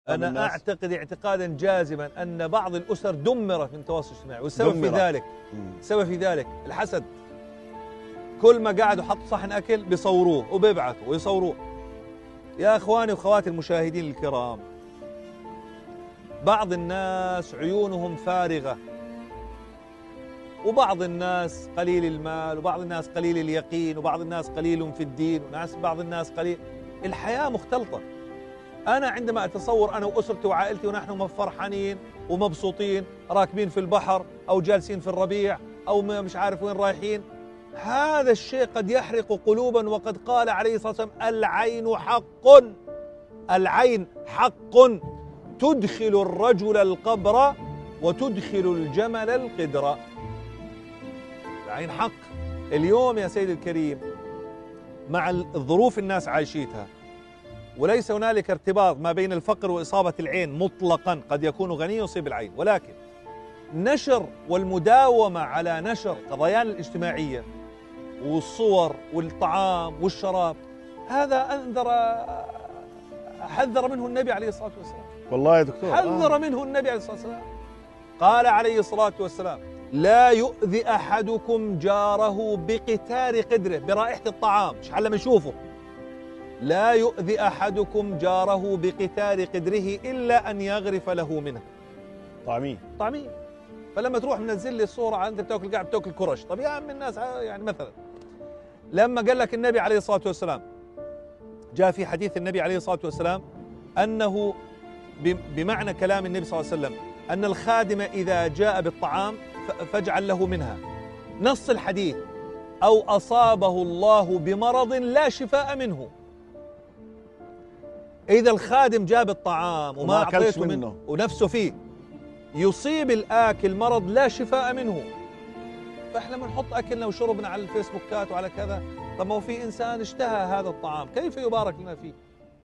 أنا أعتقد اعتقادا جازما أن بعض الأسر دمرت من التواصل الاجتماعي، والسبب في ذلك الحسد. كل ما قعدوا حطوا صحن أكل بيصوروه وبيبعثوا ويصوروه. يا إخواني وأخواتي المشاهدين الكرام، بعض الناس عيونهم فارغة، وبعض الناس قليل المال، وبعض الناس قليل اليقين، وبعض الناس قليل في الدين، بعض الناس قليل. الحياة مختلطة. أنا عندما أتصور أنا وأسرتي وعائلتي ونحن فرحانين ومبسوطين راكبين في البحر أو جالسين في الربيع أو مش عارف وين رايحين، هذا الشيء قد يحرق قلوبا. وقد قال عليه الصلاة والسلام: العين حق، العين حق تدخل الرجل القبر وتدخل الجمل القدر. العين حق. اليوم يا سيدي الكريم مع الظروف الناس عايشيتها، وليس هنالك ارتباط ما بين الفقر وإصابة العين مطلقا، قد يكون غني يصيب العين، ولكن نشر والمداومة على نشر قضايانا الاجتماعية والصور والطعام والشراب، هذا حذر منه النبي عليه الصلاة والسلام. والله يا دكتور حذر منه النبي عليه الصلاة والسلام. قال عليه الصلاة والسلام: لا يؤذي أحدكم جاره بقتار قدره، برائحة الطعام، مش حل ما يشوفه. لا يؤذي أحدكم جاره بقتار قدره إلا أن يغرف له منه. طعميه. فلما تروح منزل لي الصورة أنت بتاكل، قاعد بتاكل كرش، طب يا عم الناس يعني مثلا لما قال لك النبي عليه الصلاة والسلام، جاء في حديث النبي عليه الصلاة والسلام أنه بمعنى كلام النبي صلى الله عليه وسلم أن الخادم إذا جاء بالطعام فاجعل له منها، نص الحديث: أو أصابه الله بمرض لا شفاء منه. إذا الخادم جاب الطعام وما أعطيته منه ونفسه فيه، يصيب الآكل مرض لا شفاء منه. فإحنا بنحط أكلنا وشربنا على الفيسبوكات وعلى كذا، طب ما هو في إنسان اشتهى هذا الطعام، كيف يبارك لنا فيه؟